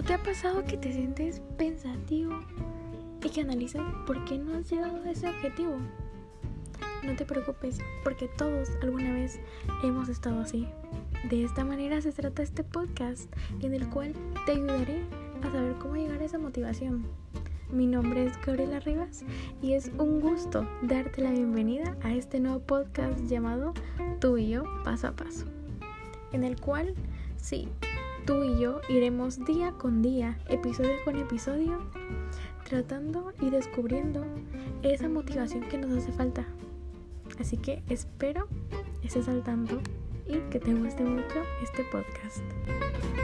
te ha pasado que te sientes pensativo y que analizas por qué no has llegado a ese objetivo? No te preocupes, porque todos alguna vez hemos estado así. De esta manera se trata este podcast, en el cual te ayudaré a saber cómo llegar a esa motivación. Mi nombre es Gabriela Rivas y es un gusto darte la bienvenida a este nuevo podcast llamado Tú y yo paso a paso, en el cual, sí, tú y yo iremos día con día, episodio con episodio, tratando y descubriendo esa motivación que nos hace falta. Así que espero estés al tanto y que te guste mucho este podcast.